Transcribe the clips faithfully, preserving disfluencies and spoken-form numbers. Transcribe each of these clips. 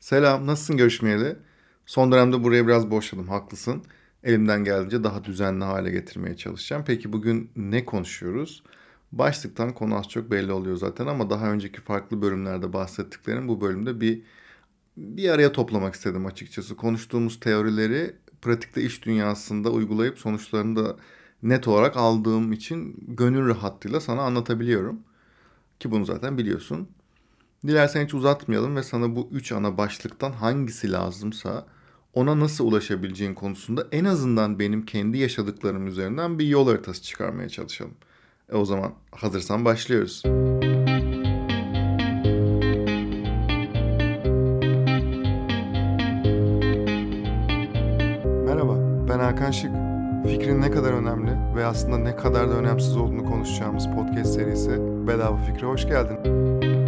Selam, nasılsın görüşmeyeli? Son dönemde buraya biraz boşladım, haklısın. Elimden geldiğince daha düzenli hale getirmeye çalışacağım. Peki bugün ne konuşuyoruz? Başlıktan konu az çok belli oluyor zaten ama daha önceki farklı bölümlerde bahsettiklerim bu bölümde bir bir araya toplamak istedim açıkçası. Konuştuğumuz teorileri pratikte iş dünyasında uygulayıp sonuçlarını da net olarak aldığım için gönül rahatlığıyla sana anlatabiliyorum. Ki bunu zaten biliyorsun. Dilersen hiç uzatmayalım ve sana bu üç ana başlıktan hangisi lazımsa ona nasıl ulaşabileceğin konusunda en azından benim kendi yaşadıklarım üzerinden bir yol haritası çıkarmaya çalışalım. E o zaman hazırsan başlıyoruz. Merhaba, ben Hakan Şık. Fikrin ne kadar önemli ve aslında ne kadar da önemsiz olduğunu konuşacağımız podcast serisi Bedava Fikre hoş geldin.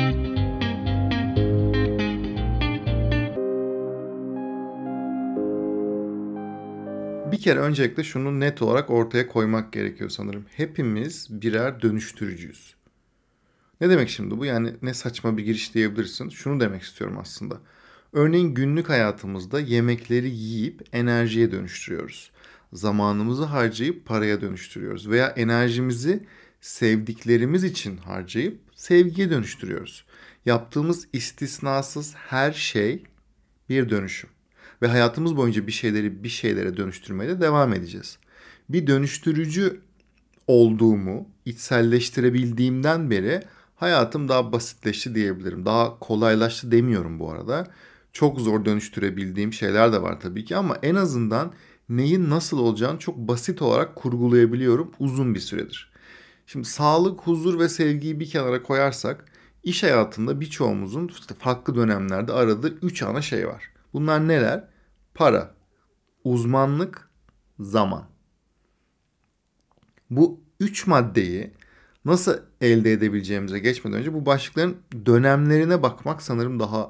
Bir kere öncelikle şunu net olarak ortaya koymak gerekiyor sanırım. Hepimiz birer dönüştürücüyüz. Ne demek şimdi bu? Yani ne saçma bir giriş diyebilirsin. Şunu demek istiyorum aslında. Örneğin günlük hayatımızda yemekleri yiyip enerjiye dönüştürüyoruz. Zamanımızı harcayıp paraya dönüştürüyoruz. Veya enerjimizi sevdiklerimiz için harcayıp sevgiye dönüştürüyoruz. Yaptığımız istisnasız her şey bir dönüşüm. Ve hayatımız boyunca bir şeyleri bir şeylere dönüştürmeye de devam edeceğiz. Bir dönüştürücü olduğumu içselleştirebildiğimden beri hayatım daha basitleşti diyebilirim. Daha kolaylaştı demiyorum bu arada. Çok zor dönüştürebildiğim şeyler de var tabii ki ama en azından neyin nasıl olacağını çok basit olarak kurgulayabiliyorum uzun bir süredir. Şimdi sağlık, huzur ve sevgiyi bir kenara koyarsak iş hayatında birçoğumuzun işte farklı dönemlerde aradığı üç ana şey var. Bunlar neler? Para, uzmanlık, zaman. Bu üç maddeyi nasıl elde edebileceğimize geçmeden önce bu başlıkların dönemlerine bakmak sanırım daha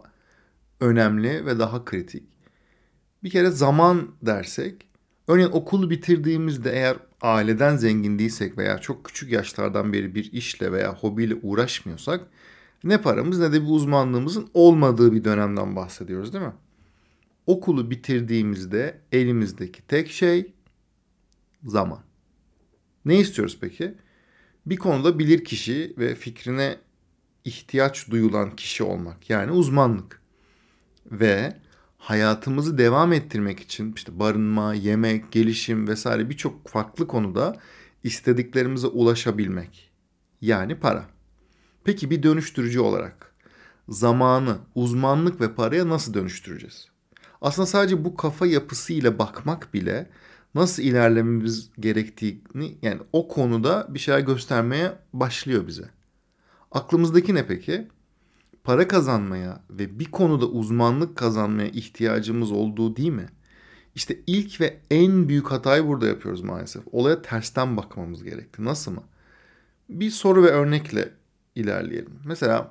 önemli ve daha kritik. Bir kere zaman dersek, örneğin okulu bitirdiğimizde eğer aileden zengin değilsek veya çok küçük yaşlardan beri bir işle veya hobiyle uğraşmıyorsak ne paramız ne de bir uzmanlığımızın olmadığı bir dönemden bahsediyoruz değil mi? Okulu bitirdiğimizde elimizdeki tek şey zaman. Ne istiyoruz peki? Bir konuda bilir kişi ve fikrine ihtiyaç duyulan kişi olmak. Yani uzmanlık. Ve hayatımızı devam ettirmek için işte barınma, yemek, gelişim vesaire birçok farklı konuda istediklerimize ulaşabilmek. Yani para. Peki bir dönüştürücü olarak zamanı, uzmanlık ve paraya nasıl dönüştüreceğiz? Aslında sadece bu kafa yapısıyla bakmak bile nasıl ilerlememiz gerektiğini yani o konuda bir şeyler göstermeye başlıyor bize. Aklımızdaki ne peki? Para kazanmaya ve bir konuda uzmanlık kazanmaya ihtiyacımız olduğu değil mi? İşte ilk ve en büyük hatayı burada yapıyoruz maalesef. Olaya tersten bakmamız gerekti. Nasıl mı? Bir soru ve örnekle ilerleyelim. Mesela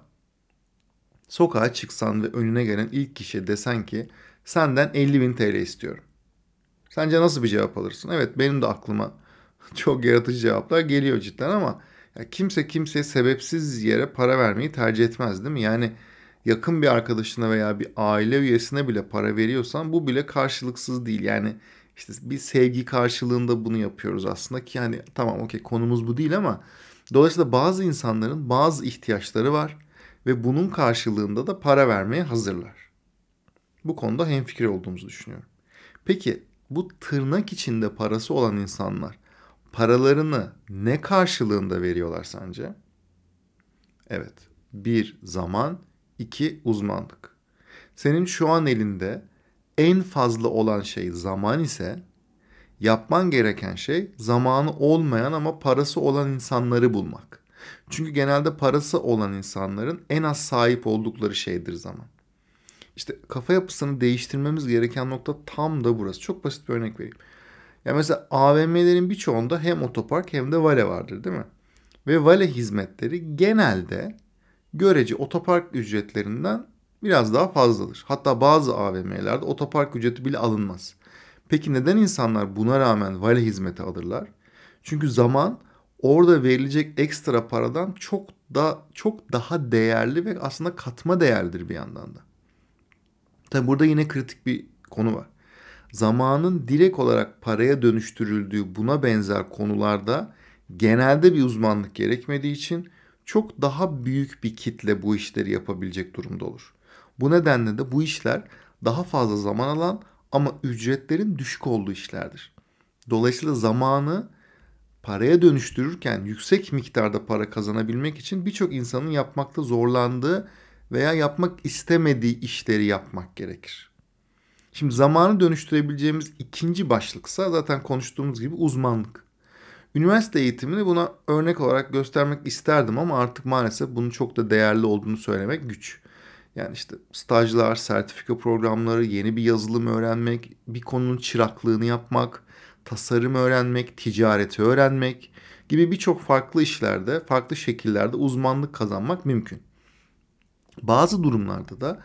sokağa çıksan ve önüne gelen ilk kişiye desen ki senden elli bin T L istiyorum. Sence nasıl bir cevap alırsın? Evet benim de aklıma çok yaratıcı cevaplar geliyor cidden ama ya kimse kimseye sebepsiz yere para vermeyi tercih etmez değil mi? Yani yakın bir arkadaşına veya bir aile üyesine bile para veriyorsan bu bile karşılıksız değil. Yani işte bir sevgi karşılığında bunu yapıyoruz aslında ki hani tamam okey konumuz bu değil ama dolayısıyla bazı insanların bazı ihtiyaçları var ve bunun karşılığında da para vermeye hazırlar. Bu konuda hemfikir olduğumuzu düşünüyorum. Peki bu tırnak içinde parası olan insanlar paralarını ne karşılığında veriyorlar sence? Evet. Bir zaman, iki uzmanlık. Senin şu an elinde en fazla olan şey zaman ise yapman gereken şey zamanı olmayan ama parası olan insanları bulmak. Çünkü genelde parası olan insanların en az sahip oldukları şeydir zaman. İşte kafa yapısını değiştirmemiz gereken nokta tam da burası. Çok basit bir örnek vereyim. Ya mesela A V M'lerin birçoğunda hem otopark hem de vale vardır değil mi? Ve vale hizmetleri genelde görece otopark ücretlerinden biraz daha fazladır. Hatta bazı A V M'lerde otopark ücreti bile alınmaz. Peki neden insanlar buna rağmen vale hizmeti alırlar? Çünkü zaman orada verilecek ekstra paradan çok da çok daha değerli ve aslında katma değerlidir bir yandan da. Tabi burada yine kritik bir konu var. Zamanın direkt olarak paraya dönüştürüldüğü buna benzer konularda genelde bir uzmanlık gerekmediği için çok daha büyük bir kitle bu işleri yapabilecek durumda olur. Bu nedenle de bu işler daha fazla zaman alan ama ücretlerin düşük olduğu işlerdir. Dolayısıyla zamanı paraya dönüştürürken yüksek miktarda para kazanabilmek için birçok insanın yapmakta zorlandığı veya yapmak istemediği işleri yapmak gerekir. Şimdi zamanı dönüştürebileceğimiz ikinci başlıksa zaten konuştuğumuz gibi uzmanlık. Üniversite eğitimini buna örnek olarak göstermek isterdim ama artık maalesef bunun çok da değerli olduğunu söylemek güç. Yani işte stajlar, sertifika programları, yeni bir yazılım öğrenmek, bir konunun çıraklığını yapmak, tasarım öğrenmek, ticareti öğrenmek gibi birçok farklı işlerde, farklı şekillerde uzmanlık kazanmak mümkün. Bazı durumlarda da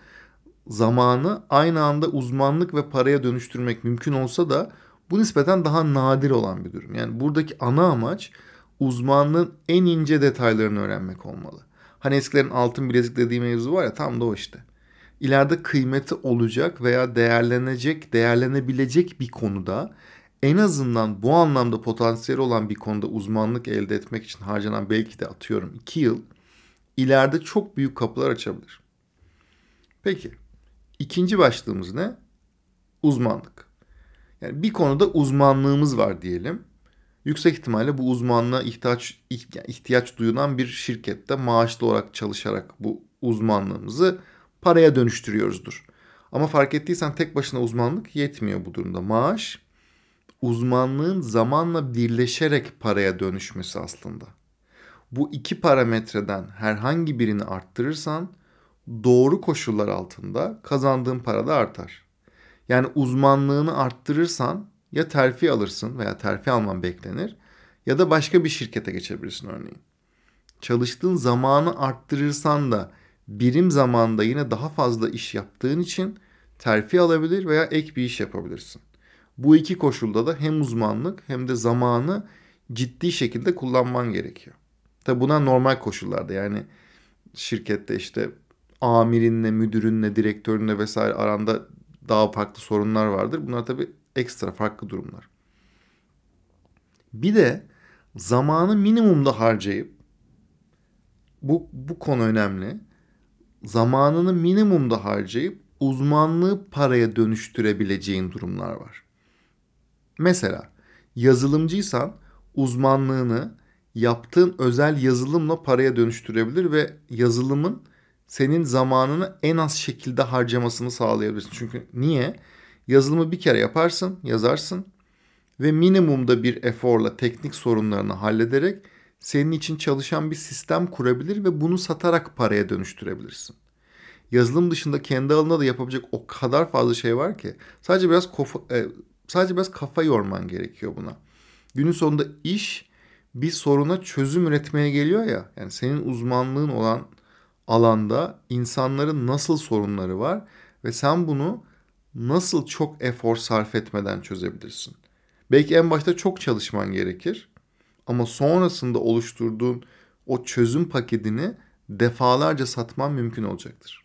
zamanı aynı anda uzmanlık ve paraya dönüştürmek mümkün olsa da bu nispeten daha nadir olan bir durum. Yani buradaki ana amaç uzmanlığın en ince detaylarını öğrenmek olmalı. Hani eskilerin altın bilezik dediği mevzu var ya, tam da o işte. İleride kıymeti olacak veya değerlenecek, değerlenebilecek bir konuda, en azından bu anlamda potansiyeli olan bir konuda uzmanlık elde etmek için harcanan belki de atıyorum iki yıl ileride çok büyük kapılar açabilir. Peki ikinci başlığımız ne? Uzmanlık. Yani bir konuda uzmanlığımız var diyelim. Yüksek ihtimalle bu uzmanlığa ihtiyaç ihtiyaç duyulan bir şirkette maaşlı olarak çalışarak bu uzmanlığımızı paraya dönüştürüyoruzdur. Ama fark ettiysen tek başına uzmanlık yetmiyor bu durumda. Maaş, uzmanlığın zamanla birleşerek paraya dönüşmesi aslında. Bu iki parametreden herhangi birini arttırırsan doğru koşullar altında kazandığın para da artar. Yani uzmanlığını arttırırsan ya terfi alırsın veya terfi alman beklenir ya da başka bir şirkete geçebilirsin örneğin. Çalıştığın zamanı arttırırsan da birim zamanda yine daha fazla iş yaptığın için terfi alabilir veya ek bir iş yapabilirsin. Bu iki koşulda da hem uzmanlık hem de zamanı ciddi şekilde kullanman gerekiyor. Tabi buna normal koşullarda, yani şirkette işte amirinle, müdürünle, direktörünle vesaire aranda daha farklı sorunlar vardır. Bunlar tabii ekstra farklı durumlar. Bir de zamanı minimumda harcayıp, bu, bu konu önemli. Zamanını minimumda harcayıp uzmanlığı paraya dönüştürebileceğin durumlar var. Mesela yazılımcıysan uzmanlığını yaptığın özel yazılımla paraya dönüştürebilir ve yazılımın senin zamanını en az şekilde harcamasını sağlayabilirsin. Çünkü niye? Yazılımı bir kere yaparsın, yazarsın ve minimumda bir eforla teknik sorunlarını hallederek senin için çalışan bir sistem kurabilir ve bunu satarak paraya dönüştürebilirsin. Yazılım dışında kendi alanında da yapabilecek o kadar fazla şey var ki sadece biraz kafa, e, sadece biraz kafa yorman gerekiyor buna. Günün sonunda iş bir soruna çözüm üretmeye geliyor ya. Yani senin uzmanlığın olan alanda insanların nasıl sorunları var ve sen bunu nasıl çok efor sarf etmeden çözebilirsin. Belki en başta çok çalışman gerekir ama sonrasında oluşturduğun o çözüm paketini defalarca satman mümkün olacaktır.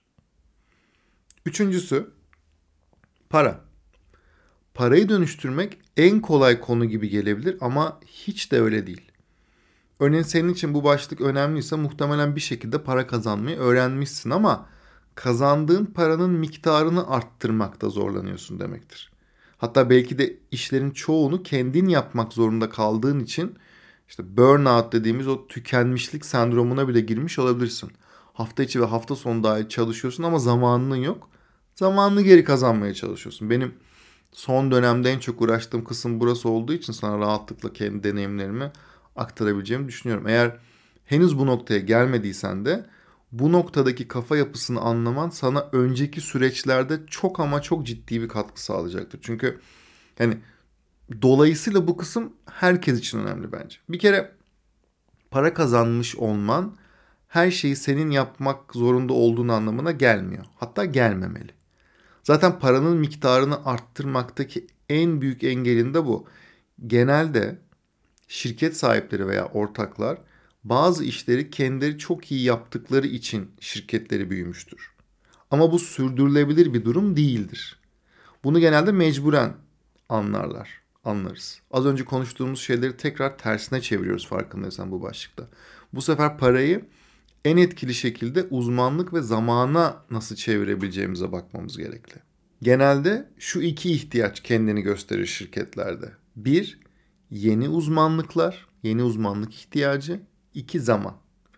Üçüncüsü para. Parayı dönüştürmek en kolay konu gibi gelebilir ama hiç de öyle değil. Örneğin senin için bu başlık önemliyse muhtemelen bir şekilde para kazanmayı öğrenmişsin ama kazandığın paranın miktarını arttırmakta zorlanıyorsun demektir. Hatta belki de işlerin çoğunu kendin yapmak zorunda kaldığın için işte burnout dediğimiz o tükenmişlik sendromuna bile girmiş olabilirsin. Hafta içi ve hafta sonu dahil çalışıyorsun ama zamanın yok. Zamanını geri kazanmaya çalışıyorsun. Benim son dönemde en çok uğraştığım kısım burası olduğu için sana rahatlıkla kendi deneyimlerimi aktarabileceğimi düşünüyorum. Eğer henüz bu noktaya gelmediysen de bu noktadaki kafa yapısını anlaman sana önceki süreçlerde çok ama çok ciddi bir katkı sağlayacaktır. Çünkü yani dolayısıyla bu kısım herkes için önemli bence. Bir kere para kazanmış olman her şeyi senin yapmak zorunda olduğun anlamına gelmiyor. Hatta gelmemeli. Zaten paranın miktarını arttırmaktaki en büyük engelin de bu. Genelde şirket sahipleri veya ortaklar bazı işleri kendileri çok iyi yaptıkları için şirketleri büyümüştür. Ama bu sürdürülebilir bir durum değildir. Bunu genelde mecburen anlarlar, anlarız. Az önce konuştuğumuz şeyleri tekrar tersine çeviriyoruz farkındaysan bu başlıkta. Bu sefer parayı en etkili şekilde uzmanlık ve zamana nasıl çevirebileceğimize bakmamız gerekli. Genelde şu iki ihtiyaç kendini gösterir şirketlerde. Bir, yeni uzmanlıklar, yeni uzmanlık ihtiyacı. İki, zaman.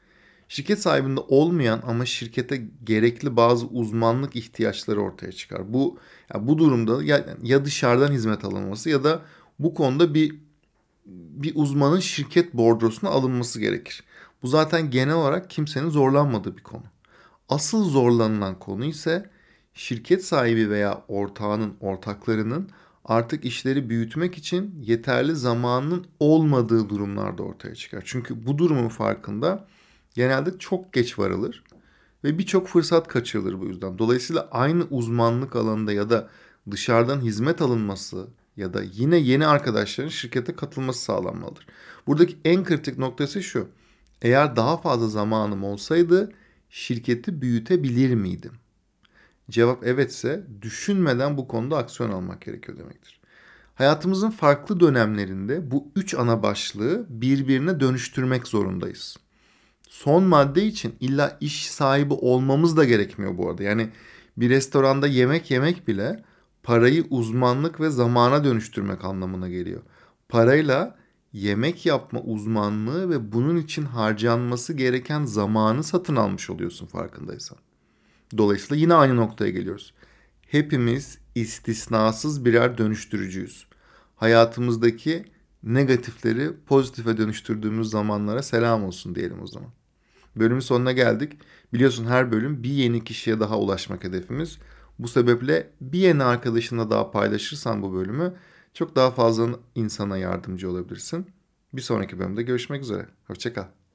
Şirket sahibinde olmayan ama şirkete gerekli bazı uzmanlık ihtiyaçları ortaya çıkar. Bu ya bu durumda ya, ya dışarıdan hizmet alınması ya da bu konuda bir bir uzmanın şirket bordrosuna alınması gerekir. Bu zaten genel olarak kimsenin zorlanmadığı bir konu. Asıl zorlanılan konu ise şirket sahibi veya ortağının, ortaklarının artık işleri büyütmek için yeterli zamanının olmadığı durumlarda ortaya çıkar. Çünkü bu durumun farkında genelde çok geç varılır ve birçok fırsat kaçırılır bu yüzden. Dolayısıyla aynı uzmanlık alanında ya da dışarıdan hizmet alınması ya da yine yeni arkadaşların şirkete katılması sağlanmalıdır. Buradaki en kritik noktası şu. Eğer daha fazla zamanım olsaydı şirketi büyütebilir miydim? Cevap evetse düşünmeden bu konuda aksiyon almak gerekiyor demektir. Hayatımızın farklı dönemlerinde bu üç ana başlığı birbirine dönüştürmek zorundayız. Son madde için illa iş sahibi olmamız da gerekmiyor bu arada. Yani bir restoranda yemek yemek bile parayı uzmanlık ve zamana dönüştürmek anlamına geliyor. Parayla yemek yapma uzmanlığı ve bunun için harcanması gereken zamanı satın almış oluyorsun farkındaysan. Dolayısıyla yine aynı noktaya geliyoruz. Hepimiz istisnasız birer dönüştürücüyüz. Hayatımızdaki negatifleri pozitife dönüştürdüğümüz zamanlara selam olsun diyelim o zaman. Bölümün sonuna geldik. Biliyorsun her bölüm bir yeni kişiye daha ulaşmak hedefimiz. Bu sebeple bir yeni arkadaşınla daha paylaşırsan bu bölümü çok daha fazla insana yardımcı olabilirsin. Bir sonraki bölümde görüşmek üzere. Hoşça kal.